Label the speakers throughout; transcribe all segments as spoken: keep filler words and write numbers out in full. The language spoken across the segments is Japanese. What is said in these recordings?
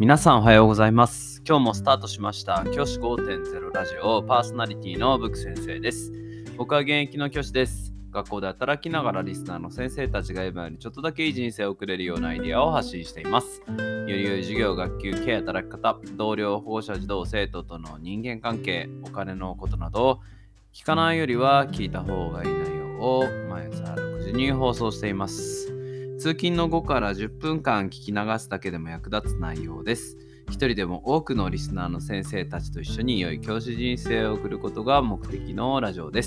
Speaker 1: 皆さんおはようございます。今日もスタートしました教師 ごてんゼロ ラジオパーソナリティのブック先生です。僕は現役の教師です。学校で働きながらリスナーの先生たちが今よりちょっとだけいい人生を送れるようなアイデアを発信しています。より良い授業、学級、ケア、働き方、同僚、保護者、児童、生徒との人間関係、お金のことなど聞かないよりは聞いた方がいい内容を毎朝ろくじに放送しています。通勤のごからじゅっぷんかん聞き流すだけでも役立つ内容です。一人でも多くのリスナーの先生たちと一緒に良い教師人生を送ることが目的のラジオです。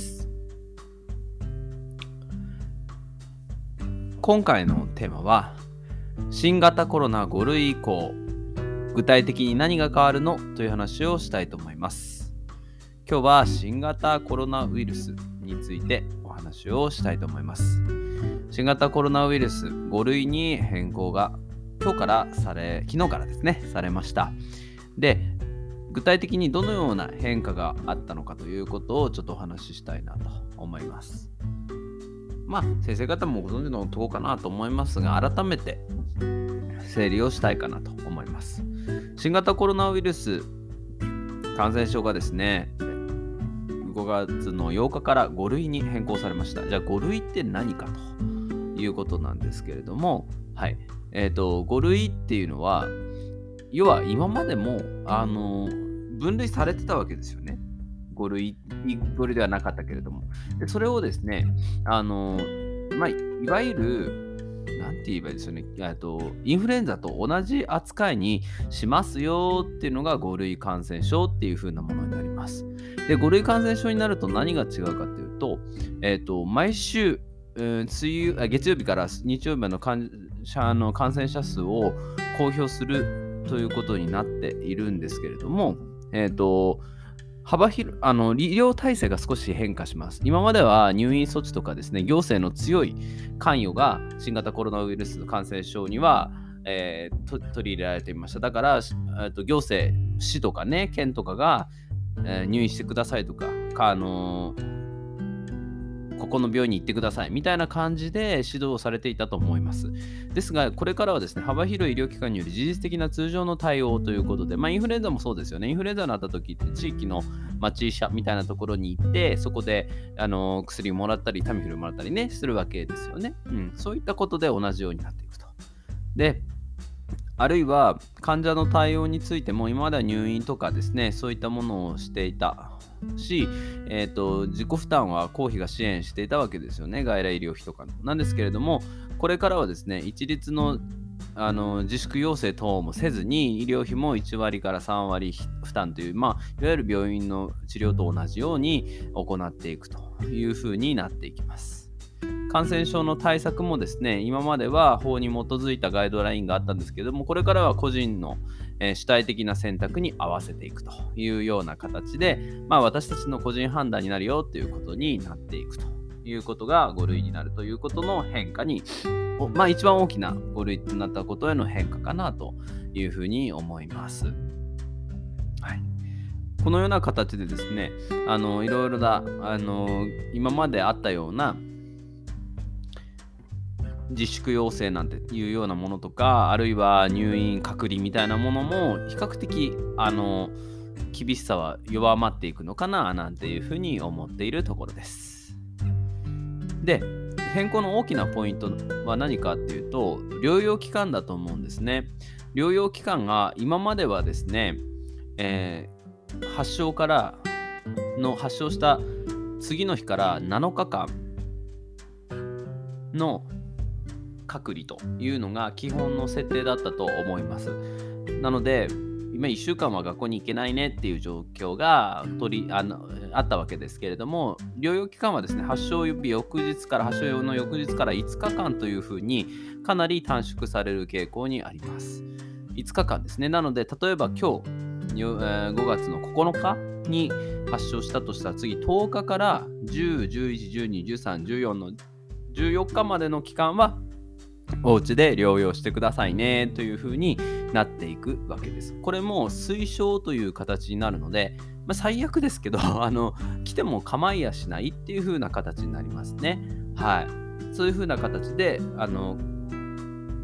Speaker 1: 今回のテーマは新型コロナご類以降、具体的に何が変わるのという話をしたいと思います。今日は新型コロナウイルスについてお話をしたいと思います。新型コロナウイルスご類に変更が今日からされ、昨日からですね、されました。で、具体的にどのような変化があったのかということをちょっとお話ししたいなと思います。まあ、先生方もご存知のとこかなと思いますが、改めて整理をしたいかなと思います。新型コロナウイルス感染症がですね、ごがつのようかからご類に変更されました。じゃあご類って何かということなんですけれども、はい。えっと、ご類っていうのは、要は今までも、あの、分類されてたわけですよね。ご類、ご類ではなかったけれども。で、それをですね、あの、まあ、いわゆる、なんて言えばいいですよね。えっと、インフルエンザと同じ扱いにしますよっていうのがご類感染症っていう風なものになります。で、ご類感染症になると何が違うかっていうと、えっと、毎週、うん、水曜月曜日から日曜日までの患者の感染者数を公表するということになっているんですけれども、えっと、幅広あの医療体制が少し変化します。今までは入院措置とかですね、行政の強い関与が新型コロナウイルス感染症には、えー、と取り入れられていました。だから、えー、と行政、市とかね、県とかが、えー、入院してくださいとか、かあのーここの病院に行ってくださいみたいな感じで指導されていたと思います。ですが、これからはですね、幅広い医療機関による事実的な通常の対応ということで、まあ、インフルエンザもそうですよね。インフルエンザになった時って地域の町医者みたいなところに行って、そこであの薬をもらったり、タミフルもらったりね、するわけですよね。うん、そういったことで同じようになっていくと。で、あるいは患者の対応についても今までは入院とかですね、そういったものをしていたし、えーと、自己負担は公費が支援していたわけですよね、外来医療費とかの。なんですけれども、これからはですね、一律の、あの自粛要請等もせずに、医療費もいちわりからさんわり負担という、まあ、いわゆる病院の治療と同じように行っていくというふうになっていきます。感染症の対策もですね、今までは法に基づいたガイドラインがあったんですけども、これからは個人の、えー主体的な選択に合わせていくというような形で、まあ、私たちの個人判断になるよということになっていくということがご類になるということの変化に、まあ、一番大きなご類となったことへの変化かなというふうに思います。はい。このような形でですね、あのいろいろなあの今まであったような自粛要請なんていうようなものとか、あるいは入院隔離みたいなものも比較的あの厳しさは弱まっていくのかななんていうふうに思っているところです。で、変更の大きなポイントは何かっていうと、療養期間だと思うんですね。療養期間が今まではですね、えー発症からの発症した次の日からなのかかんの隔離というのが基本の設定だったと思います。なので、今いっしゅうかんは学校に行けないねっていう状況が取りあのあったわけですけれども、療養期間はですね、発症日翌日から発症の翌日からいつかかんというふうにかなり短縮される傾向にあります。いつかかんですね。なので、例えば今日ごがつのここのかに発症したとしたら、次とおかからじゅう、じゅういち、じゅうに、じゅうさん、じゅうよんのじゅうよっかまでの期間はお家で療養してくださいねという風になっていくわけです。これも推奨という形になるので、まあ、最悪ですけどあの来ても構いやしないっていう風な形になりますね。はい。そういう風な形であの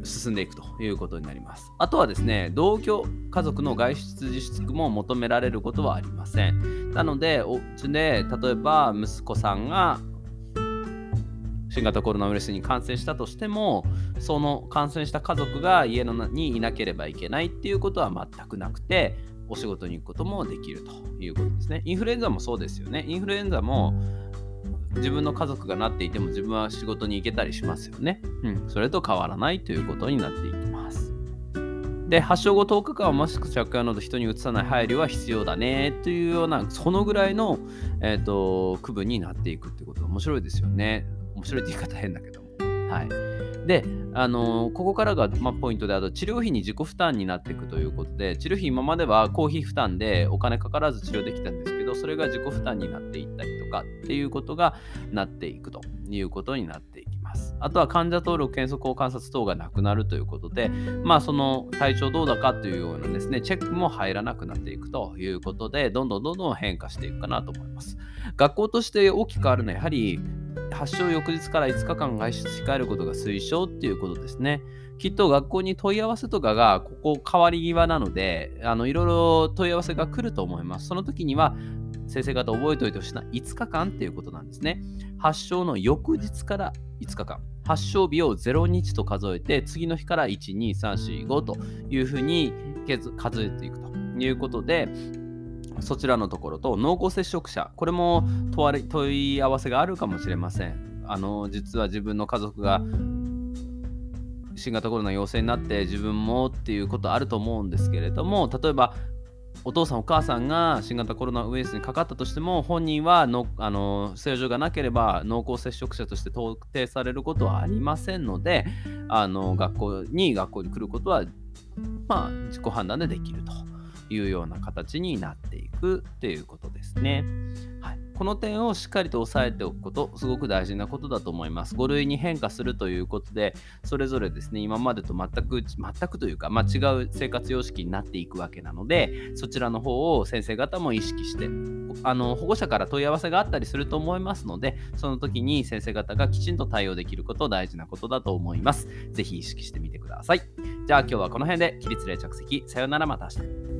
Speaker 1: 進んでいくということになります。あとはですね、同居家族の外出自粛も求められることはありません。なので、お家で例えば息子さんが新型コロナウイルスに感染したとしても、その感染した家族が家の中にいなければいけないっていうことは全くなくて、お仕事に行くこともできるということですね。インフルエンザもそうですよね。インフルエンザも自分の家族がなっていても自分は仕事に行けたりしますよね。うん、それと変わらないということになっていきます。で、発症後とおかかんはマスク着用など人にうつさない配慮は必要だねというような、そのぐらいの、えーと、区分になっていくっていうことは面白いですよね。面白いって言い方変だけども。はい。で、あのーここからが、まあ、ポイントで、あと治療費に自己負担になっていくということで、治療費今までは公費負担でお金かからず治療できたんですけど、それが自己負担になっていったりとかっていうことがなっていくということになっていきます。あとは患者登録、検測、観察等がなくなるということで、まあその体調どうだかというようなですね、チェックも入らなくなっていくということで、どんどんどんどん変化していくかなと思います。学校として大きく変わるのはやはり発症翌日からいつかかん外出控えることが推奨っていうことですね。きっと学校に問い合わせとかがここ変わり際なので、あのいろいろ問い合わせが来ると思います。その時には先生方覚えておいてほしいのはいつかかんっていうことなんですね。発症の翌日からいつかかん。発症日をゼロにちと数えて、次の日からいち、に、さん、よん、ごというふうに数えていくということで、そちらのところと濃厚接触者、これも問われ問い合わせがあるかもしれません。あの実は自分の家族が新型コロナ陽性になって自分もっていうことあると思うんですけれども、例えばお父さんお母さんが新型コロナウイルスにかかったとしても、本人はのあの症状がなければ濃厚接触者として特定されることはありませんので、あの学校に学校に来ることは、まあ、自己判断でできるというような形になっていくっていうことですね。はい、この点をしっかりと押さえておくこと、すごく大事なことだと思います。ご類に変化するということで、それぞれですね、今までと全く全くというか、まあ、違う生活様式になっていくわけなので、そちらの方を先生方も意識して、あの保護者から問い合わせがあったりすると思いますので、その時に先生方がきちんと対応できること、大事なことだと思います。ぜひ意識してみてください。じゃあ今日はこの辺で起立例着席、さよなら、また明日。